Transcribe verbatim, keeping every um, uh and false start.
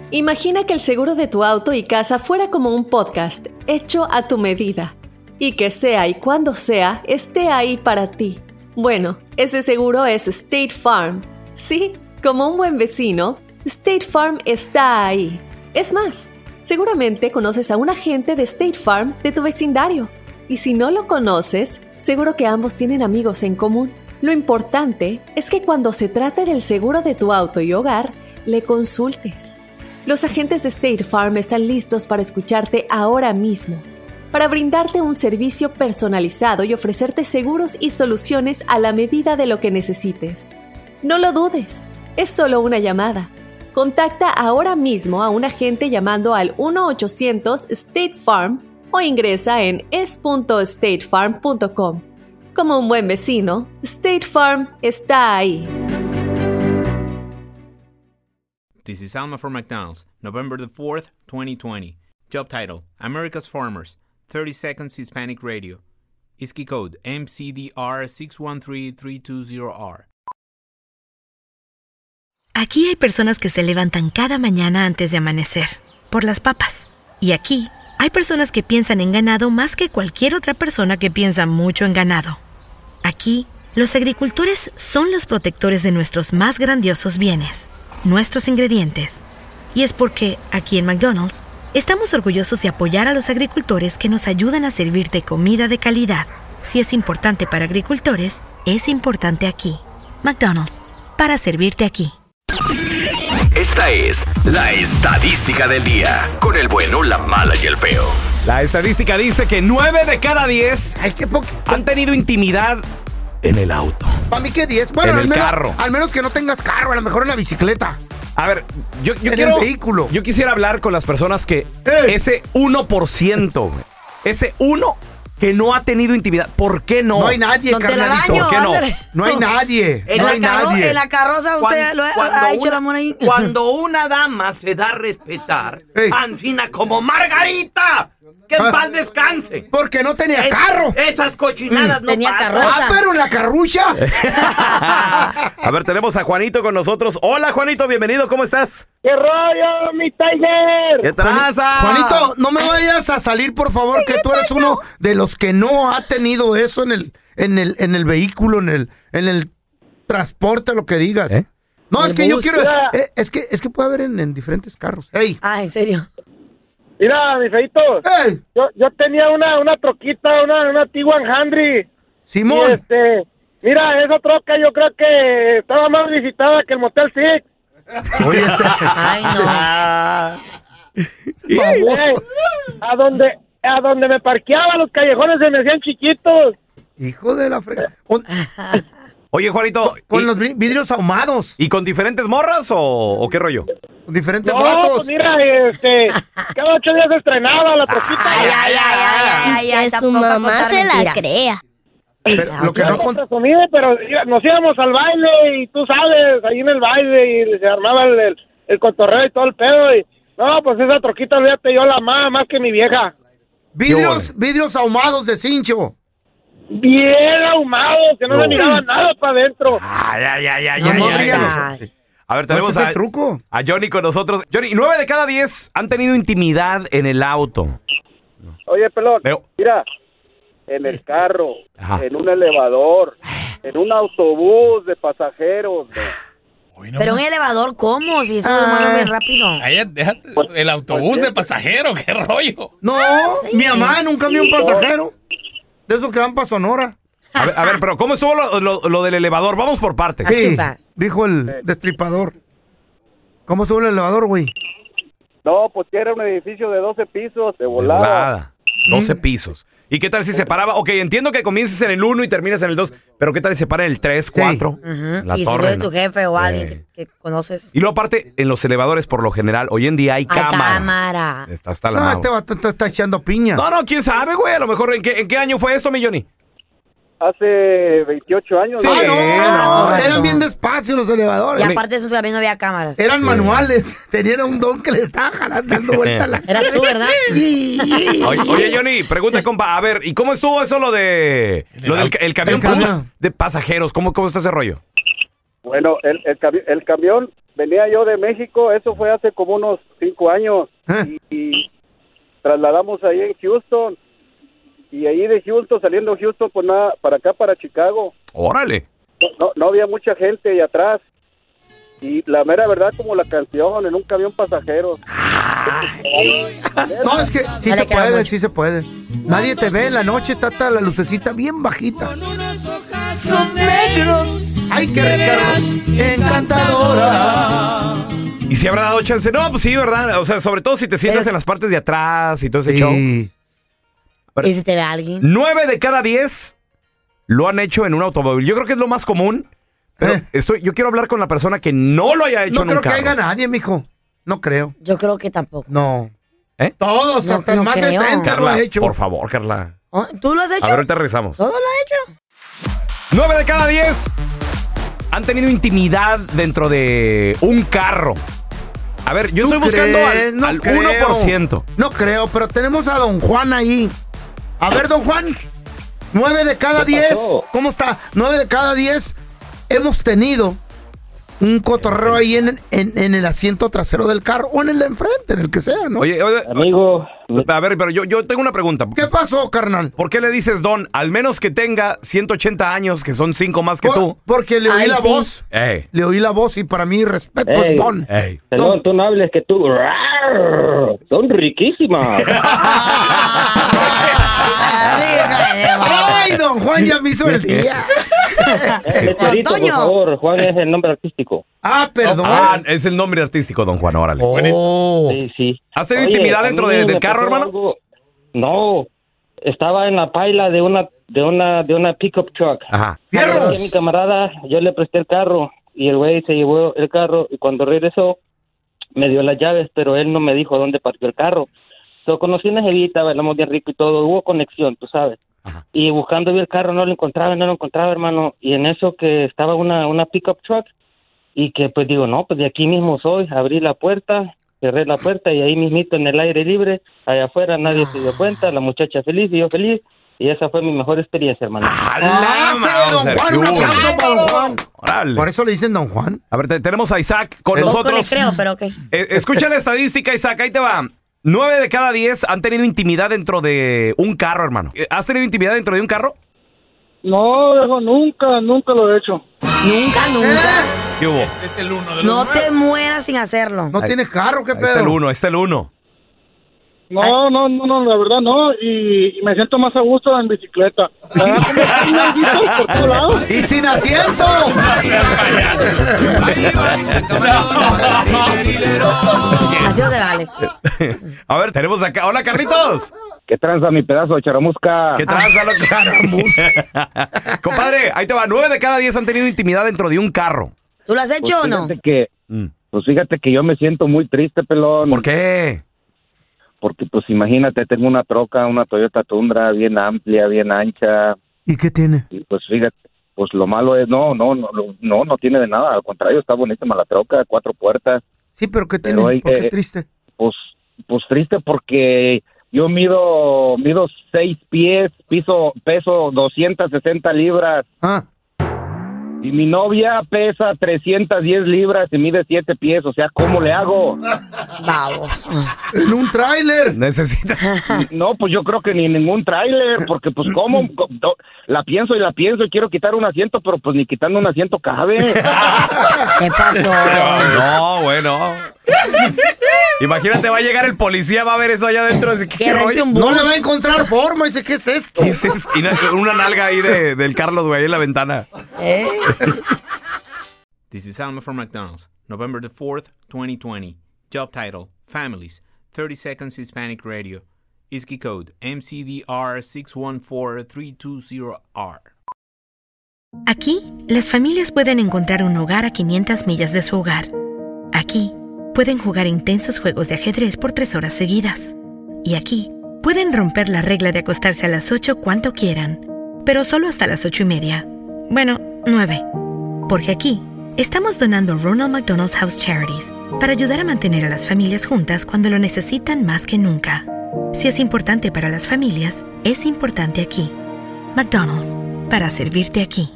Imagina que el seguro de tu auto y casa fuera como un podcast hecho a tu medida y que sea y cuando sea esté ahí para ti. Bueno, ese seguro es State Farm. Sí, como un buen vecino, State Farm está ahí. Es más, seguramente conoces a un agente de State Farm de tu vecindario. Y si no lo conoces, seguro que ambos tienen amigos en común. Lo importante es que cuando se trate del seguro de tu auto y hogar, le consultes. Los agentes de State Farm están listos para escucharte ahora mismo, para brindarte un servicio personalizado y ofrecerte seguros y soluciones a la medida de lo que necesites. No lo dudes, es solo una llamada. Contacta ahora mismo a un agente llamando al uno ochocientos State Farm o ingresa en es punto state farm punto com. Como un buen vecino, State Farm está ahí. This is Alma for McDonald's, November the fourth, twenty twenty. Job title, America's Farmers, thirty seconds Hispanic Radio. I S K I code, M C D R six one three three two zero R. Aquí hay personas que se levantan cada mañana antes de amanecer, por las papas. Y aquí hay personas que piensan en ganado más que cualquier otra persona que piensa mucho en ganado. Aquí, los agricultores son los protectores de nuestros más grandiosos bienes, nuestros ingredientes. Y es porque, aquí en McDonald's, estamos orgullosos de apoyar a los agricultores que nos ayudan a servirte comida de calidad. Si es importante para agricultores, es importante aquí. McDonald's, para servirte aquí. Esta es la estadística del día, con el bueno, la mala y el feo. La estadística dice que nueve de cada diez Ay, qué po- han tenido intimidad en el auto. Para mí que diez. Bueno, En al el menos, carro. Al menos que no tengas carro, a lo mejor en la bicicleta. A ver, yo, yo En quiero... el vehículo. Yo quisiera hablar con las personas que... ¡Ey! Ese uno por ciento, güey, ese uno que no ha tenido intimidad. ¿Por qué no? No hay nadie, Don carnalito. Telaraño, ¿Por qué no? ándale. No hay nadie. En, no la hay carro- nadie. en la carroza usted lo ha, ha hecho la mona ahí. Cuando una dama se da a respetar, Ey. ancina como Margarita, que en Ah. paz descanse. Porque no tenía Es- carro. Esas cochinadas no Tenía pasan. carroza. Ah, pero en la carrucha. A ver, tenemos a Juanito con nosotros. Hola, Juanito, bienvenido, ¿cómo estás? ¡Qué rollo, mi Tiger! ¿Qué tranza? Juanito, no me vayas a salir, por favor, que tú eres uno de los que no ha tenido eso en el, en el, en el vehículo, en el, en el transporte, lo que digas. ¿Eh? No, El es que yo bus. quiero, Mira. eh, es que, es que puede haber en, en diferentes carros. ¡Ey! Ah, ¿en serio? Mira, mi feito, ¡Ey! yo, yo tenía una, una troquita, una, una T cien. Y Simón. este, mira, esa troca yo creo que estaba más visitada que el Motel Six. Oye, este, Ay, no. baboso. Ey, a donde, a donde me parqueaba, los callejones se me hacían chiquitos. Hijo de la frega. Con, Oye, Juanito, con ¿y, los vi- vidrios ahumados. ¿y con diferentes morras o, o qué rollo? Con diferentes No, vatos. pues mira, este, cada ocho días se estrenaba la troquita. Ay, ay, ay, ay, ay, ay, Que su tampoco mamá contar se la mentiras. crea. Pero lo que no con- Presumí, pero iba- nos íbamos al baile y tú sabes, ahí en el baile y se armaba el, el, el cotorreo y todo el pedo y no, pues esa troquita, olvídate, yo la amaba más que mi vieja. vidrios, vidrios ahumados de cincho. Bien ahumado, que no No. se miraba nada para adentro. Ay, ay, ay, ay, No, ay, no ay, abría ay. los- A ver, ¿No tenemos es ese a, truco? a Johnny con nosotros. Johnny, nueve de cada diez han tenido intimidad en el auto. Oye, pelón, Pero- mira, en el carro, Ajá. en un elevador, en un autobús de pasajeros. Pero un elevador, ¿cómo? Si eso se mueve bien rápido. Ay, déjate, el autobús de pasajero, qué rollo. No, mi mamá en un camión pasajero. De esos que van para Sonora. A ver, a ver, pero ¿cómo estuvo lo, lo- lo del elevador? Vamos por partes. Así Sí, fast. dijo el destripador. ¿Cómo sube el elevador, güey? No, pues que era un edificio de doce pisos, de De volada. doce Mm. pisos. ¿Y qué tal si se paraba? Ok, entiendo que comiences en el uno y terminas en el dos, pero ¿qué tal si se para en el tres, cuatro? Ujú. La Y si torre, soy ¿no? tu jefe o alguien Eh. que, que conoces. Y luego aparte, en los elevadores, por lo general, hoy en día hay Hay cámara. cámara. Está hasta la No, madre. este vato te está echando piña. No, no, quién sabe, güey. A lo mejor, ¿en qué, en qué año fue esto, mi Johnny? Hace veintiocho años. Sí. Ah, no, Ah, no, con razón. eran bien despacios los elevadores. Y aparte de eso también no había cámaras. Eran manuales. Tenían un don que le estaba jalando, dando vuelta a la Eras tú, ¿verdad? Oye, oye, Johnny, pregunta, compa. A ver, ¿y cómo estuvo eso lo de... Lo del ca- el camión El camión. bus de pasajeros? ¿Cómo, cómo está ese rollo? Bueno, el, el, cami- el camión, venía yo de México, eso fue hace como unos cinco años, ¿Eh? y, y trasladamos ahí en Houston, y ahí de Houston, saliendo de Houston, pues nada, para acá, para Chicago. Órale. No, no, no había mucha gente ahí atrás, y la mera verdad, como la canción, en un camión pasajero. No, es que sí No le se queda puede, mucho. sí se puede. Nadie te ve en la noche, está ta- la lucecita bien bajita. Son negros. ¡Ay, qué rica! ¡Encantadora! ¿Y si habrá dado chance? No, pues sí, ¿verdad? O sea, sobre todo si te sientas Pero- en las partes de atrás y todo ese show. Sí. ¿Y si te ve alguien? Nueve de cada diez lo han hecho en un automóvil. Yo creo que es lo más común. Pero Eh. estoy, yo quiero hablar con la persona que no lo haya hecho No en creo un que carro. haya nadie, mijo. No creo. Yo creo que tampoco. No. ¿Eh? Todos, No, hasta el no más creo. decente lo Carla, ha hecho. por favor, Carla. ¿Oh, ¿Tú lo has hecho? A ver, ahorita regresamos. ¿Todo lo ha hecho? Nueve de cada diez han tenido intimidad dentro de un carro. A ver, yo ¿Tú estoy buscando crees? al, No al creo. uno por ciento. No creo, pero tenemos a don Juan ahí. A ver, don Juan. Nueve de cada ¿Qué diez. pasó? ¿Cómo está? Nueve de cada diez hemos tenido un cotorreo ahí en, en, en el asiento trasero del carro o en el de enfrente, en el que sea, ¿no? Oye, oye, Amigo, a ver, pero yo, yo tengo una pregunta. ¿Qué pasó, carnal? ¿Por qué le dices don? Al menos que tenga ciento ochenta años, que son cinco más que Por- tú. porque le oí Ay, la sí. voz. Ey, Le oí la voz y para mí respeto Ey. es don. ey. no, tú no hables que tú... Son riquísimas. Ay, don Juan ya me hizo el día. Lecherito, por Antonio. favor, Juan es el nombre artístico. Ah, perdón. Ah, es el nombre artístico, don Juan, órale. Oh. Sí, sí. ¿Has tenido Oye, intimidad a dentro mí de- me del carro, pasó hermano? algo- No, estaba en la paila de una de una de una pickup truck. Ajá. ¡Fierros! A mi camarada, yo le presté el carro y el güey se llevó el carro y cuando regresó me dio las llaves, pero él no me dijo dónde partió el carro. So, conocí una jevita, bailamos bien rico y todo, hubo conexión, tú sabes. Ajá. Y buscando bien el carro no lo encontraba, no lo encontraba, hermano. Y en eso que estaba una una pickup truck y que pues digo, no, pues de aquí mismo soy, abrí la puerta, cerré la puerta y ahí mismito en el aire libre, allá afuera nadie se dio cuenta, la muchacha feliz y yo feliz. Y esa fue mi mejor experiencia, hermano. Ah, ¡Hala, sí, don Mauser! Juan, ¡Qué un hubo! aplauso para don Juan. Órale. Por eso le dicen don Juan. A ver, te- tenemos a Isaac con Poco Poco le nosotros. creo, pero ok. Eh, escucha la estadística, Isaac, ahí te va. Nueve de cada diez han tenido intimidad dentro de un carro, hermano. Eh, ¿Has tenido intimidad dentro de un carro? No, viejo, nunca, nunca lo he hecho. Nunca, nunca. ¿Qué hubo? Es el uno de los No nueve. te mueras sin hacerlo. ¿No tienes carro? ¿Qué Ahí está el pedo? uno, ahí está el uno. No, no, no, no, la verdad no. Y, y me siento más a gusto en bicicleta. Ah, como hay nalguitas por todos lados. ¡Y sin asiento! Así no se vale. A ver, tenemos acá. Hola, Carlitos. ¿Qué tranza mi pedazo de charamusca? ¿Qué tranza, loco? Compadre, ahí te va. Nueve de cada diez han tenido intimidad dentro de un carro. ¿Tú lo has hecho o no? Fíjate que, Mm. pues fíjate que yo me siento muy triste, pelón. ¿Por qué? Porque pues imagínate, tengo una troca, una Toyota Tundra bien amplia, bien ancha, ¿Y qué tiene? y pues fíjate, pues lo malo es, no, no, no, no, no, no tiene de nada, al contrario, está buenísima la troca, cuatro puertas, Sí, pero ¿qué Pero tiene? hay ¿Por qué que- triste? pues, pues triste porque yo mido, mido seis pies, piso, peso doscientas sesenta libras, Ah, y mi novia pesa trescientas diez libras y mide siete pies, o sea, ¿cómo le hago? Vamos. en un tráiler. Necesita. No, pues yo creo que ni ningún tráiler, porque pues cómo, Co- do- la pienso y la pienso y quiero quitar un asiento, pero pues ni quitando un asiento cabe. ¿Qué pasó? No, bueno. Imagínate, va a llegar el policía, va a ver eso allá adentro. Así, ¿Qué, Que rente rollo? un No bus. le va a encontrar forma. Dice, ¿qué es esto? ¿Qué es esto? Y na- una nalga ahí de, del Carlos, güey, ahí en la ventana. ¿Eh? This is Alma from McDonald's, November the fourth, twenty twenty. Job title, Families, thirty seconds Hispanic Radio. I S K I code, M C D R six one four three two zero R. Aquí, las familias pueden encontrar un hogar a quinientas millas de su hogar. Aquí, pueden jugar intensos juegos de ajedrez por tres horas seguidas. Y aquí, pueden romper la regla de acostarse a las ocho cuanto quieran, pero solo hasta las ocho y media. Bueno, nueve. Porque aquí, estamos donando Ronald McDonald's House Charities para ayudar a mantener a las familias juntas cuando lo necesitan más que nunca. Si es importante para las familias, es importante aquí. McDonald's, para servirte aquí.